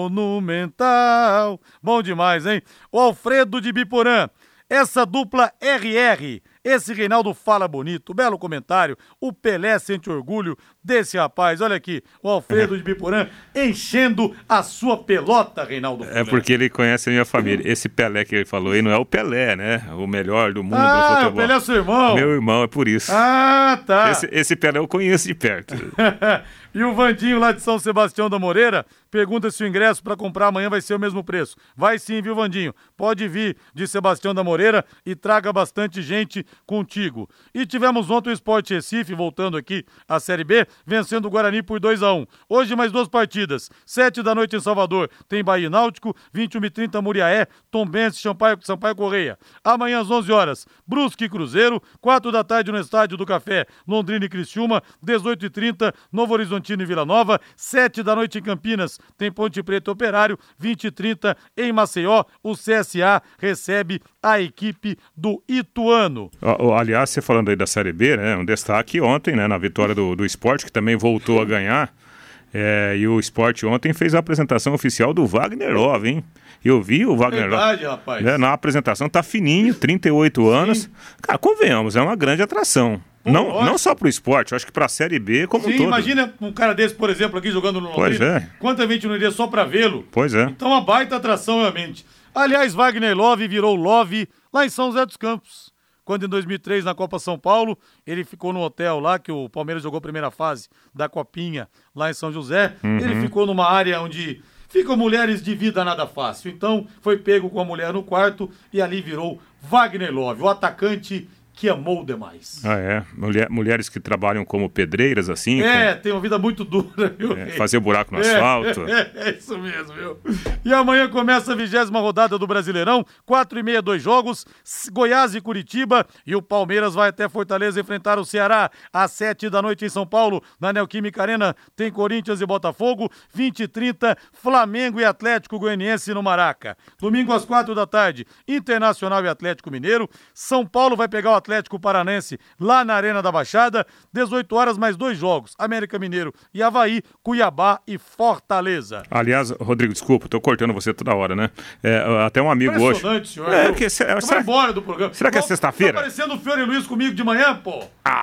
monumental. Bom demais, hein? O Alfredo de Biporã, essa dupla R R, esse Reinaldo fala bonito, belo comentário, o Pelé sente orgulho desse rapaz, olha aqui, o Alfredo de Biporã enchendo a sua pelota, Reinaldo. É porque ele conhece a minha família, esse Pelé que ele falou aí não é o Pelé, né, o melhor do mundo ah, do futebol. Ah, o Pelé é seu irmão? Meu irmão, é por isso. Ah, tá. Esse, esse Pelé eu conheço de perto. E o Vandinho lá de São Sebastião da Moreira pergunta se o ingresso para comprar amanhã vai ser o mesmo preço. Vai sim, viu, Vandinho? Pode vir de Sebastião da Moreira e traga bastante gente contigo. E tivemos ontem o Sport Recife, voltando aqui à Série B, vencendo o Guarani por dois a um. Hoje mais duas partidas. sete da noite em Salvador tem Bahia e Náutico, vinte e uma e trinta Muriaé, Tombense, Sampaio, Sampaio Correia. Amanhã às onze horas, Brusque e Cruzeiro, quatro da tarde no Estádio do Café, Londrina e Criciúma, dezoito e trinta Novo Horizontino e Vila Nova, sete da noite em Campinas tem Ponte Preta Operário, vinte e trinta em Maceió, o C S A recebe a equipe do Ituano. Aliás, você falando aí da Série B, né, um destaque ontem, né, na vitória do, do Sport, que também voltou a ganhar, é, e o Sport ontem fez a apresentação oficial do Wagner Love, hein? Eu vi o Wagner Verdade, Love, rapaz. Né, na apresentação, tá fininho, trinta e oito anos. Sim. Cara, convenhamos, é uma grande atração. Pô, não, não só pro esporte, eu acho que pra Série B como Sim, um todo. Imagina um cara desse, por exemplo, aqui jogando no Londrina. Pois é. Quanta gente não iria só pra vê-lo? Pois é. Então uma baita atração, realmente. Aliás, Wagner Love virou Love lá em São José dos Campos. Quando em dois mil e três, na Copa São Paulo, ele ficou no hotel lá, que o Palmeiras jogou a primeira fase da Copinha lá em São José. Uhum. Ele ficou numa área onde ficam mulheres de vida nada fácil. Então, foi pego com a mulher no quarto e ali virou Wagner Love, o atacante que amou demais. Ah, é? Mulher, mulheres que trabalham como pedreiras, assim? É, com... tem uma vida muito dura, viu? É, fazer buraco no é, asfalto. É, é, é isso mesmo, viu? E amanhã começa a vigésima rodada do Brasileirão, quatro e meia, dois jogos, Goiás e Curitiba, e o Palmeiras vai até Fortaleza enfrentar o Ceará, às sete da noite em São Paulo, na Neoquímica Arena, tem Corinthians e Botafogo, vinte e trinta, Flamengo e Atlético Goianiense no Maraca. Domingo às quatro da tarde, Internacional e Atlético Mineiro, São Paulo vai pegar o Atlético Atlético Paranense lá na Arena da Baixada, dezoito horas mais dois jogos, América Mineiro e Avaí, Cuiabá e Fortaleza. Aliás, Rodrigo, desculpa, tô cortando você toda hora, né? É, até um amigo hoje... Impressionante, senhor. É, que, será, vai embora do programa. Será que é sexta-feira? Tá aparecendo o Fiore Luiz comigo de manhã, pô.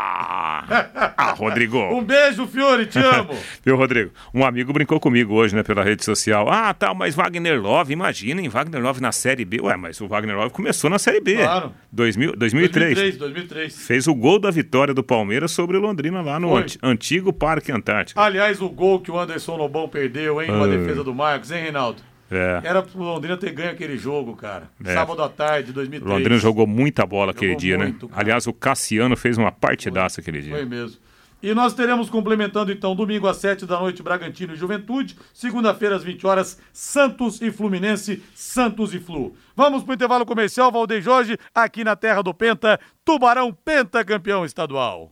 Ah, ah Rodrigo. Um beijo, Fiore, te amo. Viu, Rodrigo? Um amigo brincou comigo hoje, né, pela rede social. Ah, tá, mas Wagner Love, imaginem, Wagner Love na Série B. Ué, mas o Wagner Love começou na Série B. Claro. dois mil, dois mil e três. dois mil e três. Fez o gol da vitória do Palmeiras sobre o Londrina lá no anti- antigo Parque Antártico. Aliás, o gol que o Anderson Lobão perdeu, hein, com a defesa do Marcos, hein, Reinaldo? É. Era pro Londrina ter ganho aquele jogo, cara. É. Sábado à tarde, dois mil e três. Londrina jogou muita bola jogou aquele dia, muito, né? Cara. Aliás, o Cassiano fez uma partidaça aquele dia. Foi mesmo. E nós teremos complementando então domingo às sete da noite Bragantino e Juventude, segunda-feira às vinte horas Santos e Fluminense, Santos e Flu. Vamos pro intervalo comercial, Valdeir Jorge, aqui na terra do Penta, Tubarão pentacampeão estadual.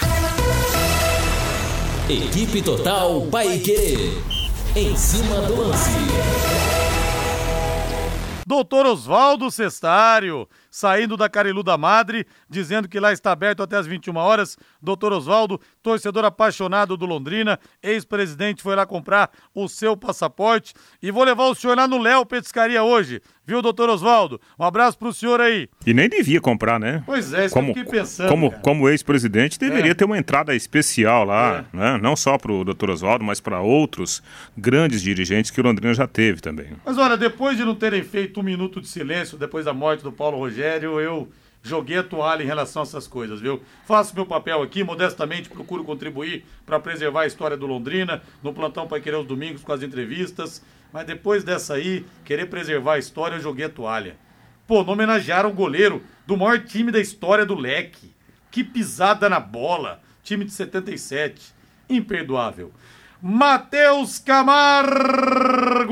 Equipe Total Paiquerê, em cima do lance. Doutor Oswaldo Cestário, saindo da Carilu da Madre, dizendo que lá está aberto até as vinte e uma horas. Doutor Oswaldo, torcedor apaixonado do Londrina, ex-presidente, foi lá comprar o seu passaporte. E vou levar o senhor lá no Léo Petiscaria hoje, viu, doutor Oswaldo? Um abraço pro senhor aí. E nem devia comprar, né? Pois é, isso como, eu fiquei pensando, Como, cara. como ex-presidente, deveria É. ter uma entrada especial lá, É. né? Não só pro doutor Oswaldo, mas para outros grandes dirigentes que o Londrina já teve também. Mas olha, depois de não terem feito um minuto de silêncio depois da morte do Paulo Rogério, eu joguei a toalha em relação a essas coisas, viu? Faço meu papel aqui, modestamente procuro contribuir para preservar a história do Londrina, no Plantão Paiquerê aos domingos com as entrevistas, mas depois dessa aí, querer preservar a história, eu joguei a toalha. Pô, não homenagearam o goleiro do maior time da história do Leque. Que pisada na bola, time de setenta e sete, imperdoável. Matheus Camargo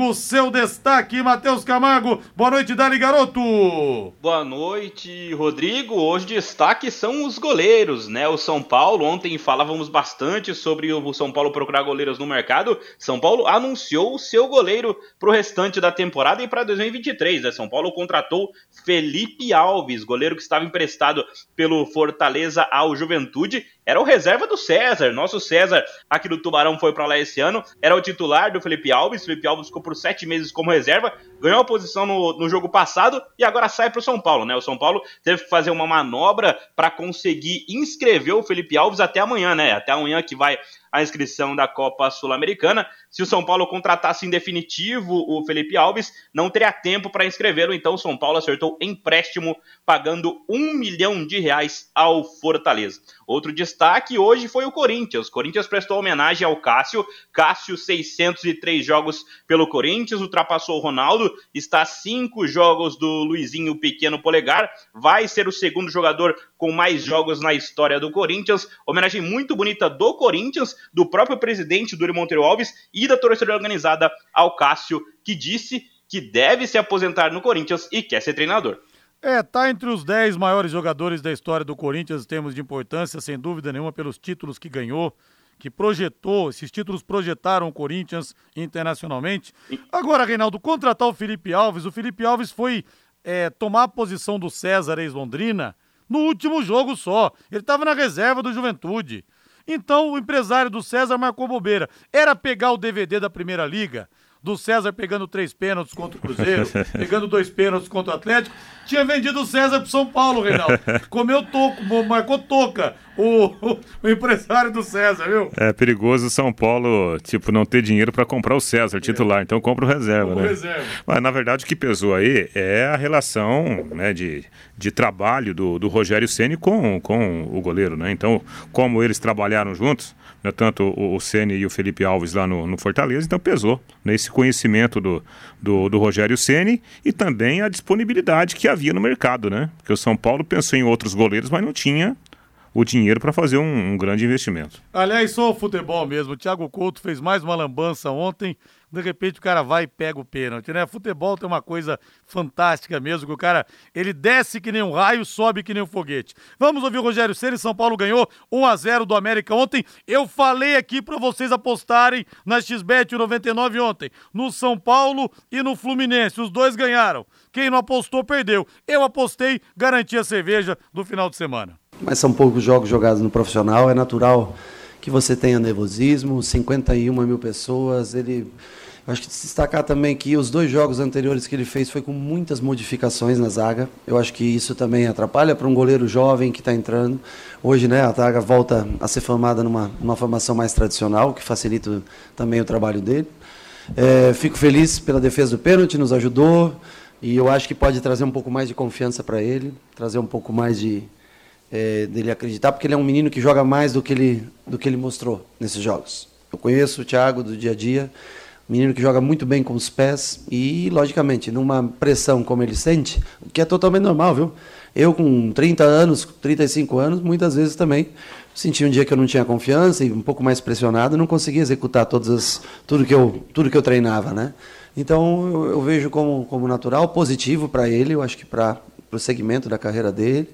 Rodrigo, seu destaque, Matheus Camargo. Boa noite, Dali Garoto. Boa noite, Rodrigo. Hoje destaque são os goleiros, né? O São Paulo, ontem falávamos bastante sobre o São Paulo procurar goleiros no mercado. São Paulo anunciou o seu goleiro para o restante da temporada e para dois mil e vinte e três, né? São Paulo contratou Felipe Alves, goleiro que estava emprestado pelo Fortaleza ao Juventude. Era o reserva do César, nosso César aqui do Tubarão foi para lá esse ano, era o titular do Felipe Alves, Felipe Alves ficou por sete meses como reserva, ganhou a posição no, no jogo passado e agora sai para o São Paulo, né? O São Paulo teve que fazer uma manobra para conseguir inscrever o Felipe Alves até amanhã, né? Até amanhã que vai a inscrição da Copa Sul-Americana. Se o São Paulo contratasse em definitivo o Felipe Alves, não teria tempo para inscrevê-lo, então o São Paulo acertou empréstimo, pagando um milhão de reais ao Fortaleza. Outro destaque hoje foi o Corinthians. O Corinthians prestou homenagem ao Cássio. Cássio, seiscentos e três jogos pelo Corinthians, ultrapassou o Ronaldo, está a cinco jogos do Luizinho Pequeno Polegar, vai ser o segundo jogador com mais jogos na história do Corinthians. Homenagem muito bonita do Corinthians, do próprio presidente Dúrio Monteiro Alves e da torcida organizada ao Cássio, que disse que deve se aposentar no Corinthians e quer ser treinador. É, tá entre os dez maiores jogadores da história do Corinthians em termos de importância, sem dúvida nenhuma, pelos títulos que ganhou, que projetou, esses títulos projetaram o Corinthians internacionalmente. Agora, Reinaldo, contratar o Felipe Alves, o Felipe Alves foi é, tomar a posição do César ex-Londrina no último jogo só. Ele estava na reserva do Juventude. Então o empresário do César marcou bobeira. Era pegar o D V D da Primeira Liga, do César pegando três pênaltis contra o Cruzeiro, pegando dois pênaltis contra o Atlético, tinha vendido o César pro São Paulo, Reinaldo. Comeu toco, marcou toca o, o, o empresário do César, viu? É perigoso o São Paulo, tipo, não ter dinheiro para comprar o César titular, é. Então compra o reserva, compra né? O reserva. Mas na verdade o que pesou aí é a relação, né, de, de trabalho do, do Rogério Ceni com, com o goleiro, né? Então, como eles trabalharam juntos, né, tanto o, o Ceni e o Felipe Alves lá no, no Fortaleza, então pesou nesse conhecimento do, do, do Rogério Ceni e também a disponibilidade que havia no mercado, né? Porque o São Paulo pensou em outros goleiros, mas não tinha o dinheiro para fazer um, um grande investimento. Aliás, só o futebol mesmo. O Thiago Couto fez mais uma lambança ontem. De repente o cara vai e pega o pênalti, né? Futebol tem uma coisa fantástica mesmo, que o cara, ele desce que nem um raio, sobe que nem um foguete. Vamos ouvir o Rogério Ceni. São Paulo ganhou um a zero do América ontem. Eu falei aqui para vocês apostarem na X Bet noventa e nove ontem, no São Paulo e no Fluminense. Os dois ganharam. Quem não apostou, perdeu. Eu apostei, garanti a cerveja do final de semana. Mas são poucos jogos jogados no profissional, é natural que você tenha nervosismo, cinquenta e uma mil pessoas, ele... Acho que destacar também que os dois jogos anteriores que ele fez foi com muitas modificações na zaga. Eu acho que isso também atrapalha para um goleiro jovem que está entrando. Hoje, né, a zaga volta a ser formada numa, numa formação mais tradicional, que facilita também o trabalho dele. É, fico feliz pela defesa do pênalti, nos ajudou, e eu acho que pode trazer um pouco mais de confiança para ele, trazer um pouco mais de... É, dele acreditar, porque ele é um menino que joga mais do que ele, do que ele mostrou nesses jogos. Eu conheço o Thiago do dia a dia, menino que joga muito bem com os pés e, logicamente, numa pressão como ele sente, o que é totalmente normal, viu? Eu com trinta anos, trinta e cinco anos, muitas vezes também senti um dia que eu não tinha confiança e um pouco mais pressionado, não conseguia executar todas as, tudo, que eu, tudo que eu treinava, né? Então eu, eu vejo como, como natural, positivo para ele, eu acho que para o segmento da carreira dele.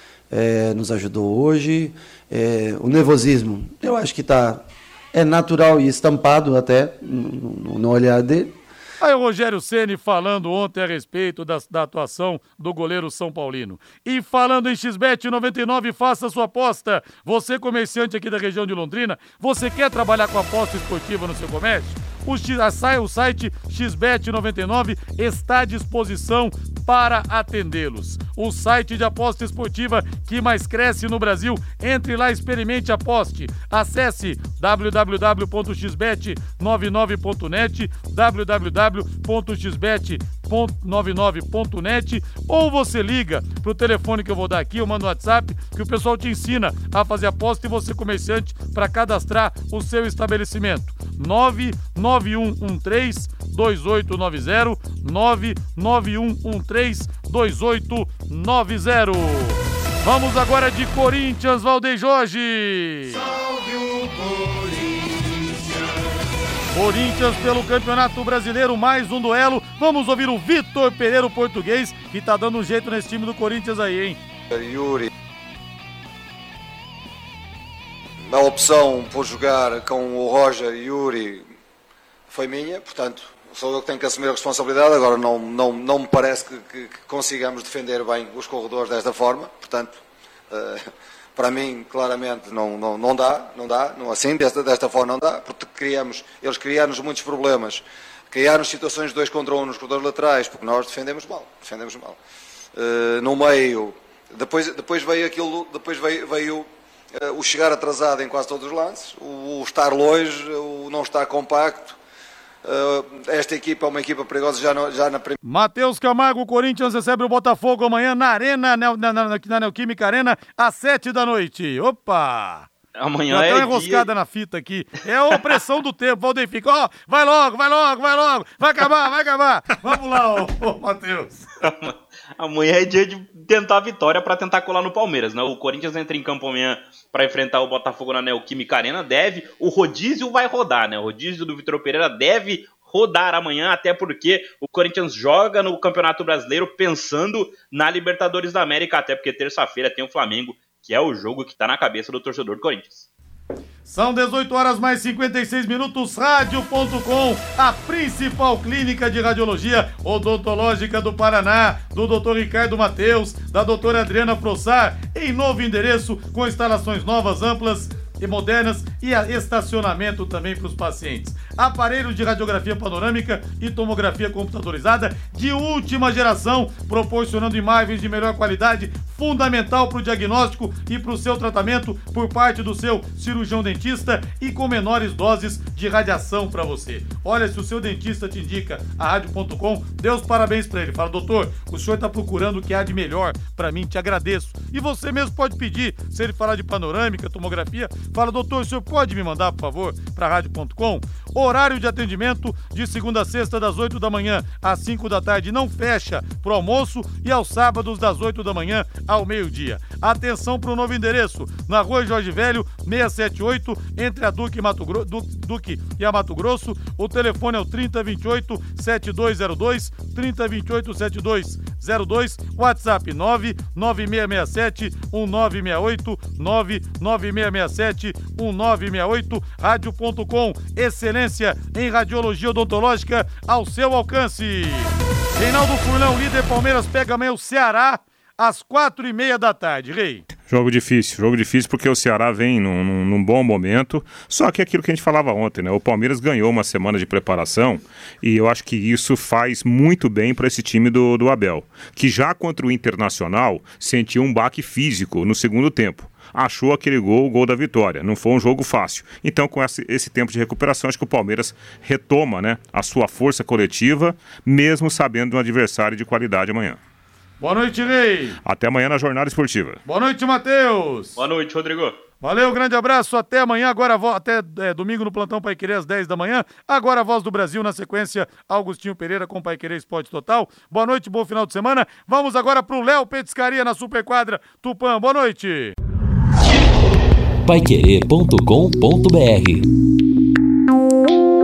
É, nos ajudou hoje. É, o nervosismo, eu acho que tá, é natural e estampado até no, no olhar dele. Aí o Rogério Ceni falando ontem a respeito da, da atuação do goleiro São Paulino. E falando em X Bet noventa e nove, faça sua aposta. Você, comerciante aqui da região de Londrina, você quer trabalhar com aposta esportiva no seu comércio? O, a, o site X Bet noventa e nove está à disposição para atendê-los. O site de aposta esportiva que mais cresce no Brasil. Entre lá, experimente, aposte. Acesse w w w ponto x bet noventa e nove ponto net, w w w ponto x bet noventa e nove ponto net, ou você liga para o telefone que eu vou dar aqui, eu mando no WhatsApp, que o pessoal te ensina a fazer aposta e você, comerciante, para cadastrar o seu estabelecimento. nove nove um um três dois oito nove zero, nove nove um um três dois oito nove zero. Vamos agora de Corinthians, Valdeir Jorge. Salve o Corinthians, Corinthians pelo Campeonato Brasileiro, mais um duelo. Vamos ouvir o Vitor Pereira, o português, que tá dando um jeito nesse time do Corinthians aí, hein? Yuri. A opção por jogar com o Roger e Yuri foi minha, portanto, sou eu que tenho que assumir a responsabilidade. Agora não, não, não me parece que, que, que consigamos defender bem os corredores desta forma, portanto, uh, para mim, claramente, não, não, não dá, não dá, não, assim, desta, desta forma não dá, porque criamos, eles criaram-nos muitos problemas, criaram-nos situações de dois contra um nos corredores laterais, porque nós defendemos mal, defendemos mal. Uh, no meio, depois, depois veio aquilo, depois veio, veio uh, o chegar atrasado em quase todos os lances, o, o estar longe, o não estar compacto. Uh, esta equipa é uma equipa perigosa já, no, já na primeira. Matheus Camargo, o Corinthians recebe o Botafogo amanhã na Arena, na, na, na, na Neoquímica Arena, às sete da noite. Opa! Amanhã já é tá enroscada dia... na fita aqui. É a opressão do tempo. Valdeir fica, ó, vai logo, vai logo, vai logo. Vai acabar, vai acabar. Vamos lá, ô, ô Matheus. Amanhã é dia de tentar a vitória para tentar colar no Palmeiras, né? O Corinthians entra em campo amanhã para enfrentar o Botafogo na Neoquímica Arena. Deve, o rodízio vai rodar, né? O rodízio do Vitor Pereira deve rodar amanhã, até porque o Corinthians joga no Campeonato Brasileiro pensando na Libertadores da América, até porque terça-feira tem o Flamengo, que é o jogo que está na cabeça do torcedor do Corinthians. São dezoito horas mais cinquenta e seis minutos, rádio ponto com, a principal clínica de radiologia odontológica do Paraná, do doutor Ricardo Mateus, da doutora Adriana Frossar, em novo endereço, com instalações novas, amplas e modernas e estacionamento também para os pacientes. Aparelhos de radiografia panorâmica e tomografia computadorizada de última geração, proporcionando imagens de melhor qualidade, fundamental para o diagnóstico e para o seu tratamento por parte do seu cirurgião dentista e com menores doses de radiação para você. Olha, se o seu dentista te indica a rádio ponto com, dê os parabéns para ele. Fala, doutor, o senhor está procurando o que há de melhor para mim, te agradeço. E você mesmo pode pedir, se ele falar de panorâmica, tomografia, fala, doutor, o senhor pode me mandar, por favor, para a rádio ponto com? Horário de atendimento de segunda a sexta, das oito da manhã às cinco da tarde, não fecha pro almoço, e aos sábados das oito da manhã ao meio-dia. Atenção para o novo endereço, na Rua Jorge Velho, seiscentos e setenta e oito, entre a Duque e, Mato Gro... Duque e a Mato Grosso. O telefone é o trinta, vinte e oito, setenta e dois zero dois, trinta, vinte e oito, setenta e dois zero dois, WhatsApp nove nove seis seis sete, um nove seis oito, nove nove seis seis sete, um nove seis oito, rádio ponto com, excelência em radiologia odontológica ao seu alcance. Reinaldo Furlão, líder Palmeiras, pega amanhã o Ceará às quatro e meia da tarde, Rei. Jogo difícil, jogo difícil porque o Ceará vem num, num, num bom momento, só que aquilo que a gente falava ontem, né? O Palmeiras ganhou uma semana de preparação e eu acho que isso faz muito bem para esse time do, do Abel, que já contra o Internacional sentiu um baque físico no segundo tempo. Achou aquele gol, o gol da vitória. Não foi um jogo fácil. Então, com esse, esse tempo de recuperação, acho que o Palmeiras retoma, né, a sua força coletiva, mesmo sabendo de um adversário de qualidade amanhã. Boa noite, Rei. Até amanhã na Jornada Esportiva. Boa noite, Matheus. Boa noite, Rodrigo. Valeu, grande abraço, até amanhã, agora até é, domingo no Plantão Paiquerê às dez da manhã, agora a Voz do Brasil, na sequência, Augustinho Pereira com Paiquerê Esporte Total. Boa noite, bom final de semana. Vamos agora pro Léo Petiscaria na Superquadra Tupã. Boa noite. paiquerê ponto com ponto br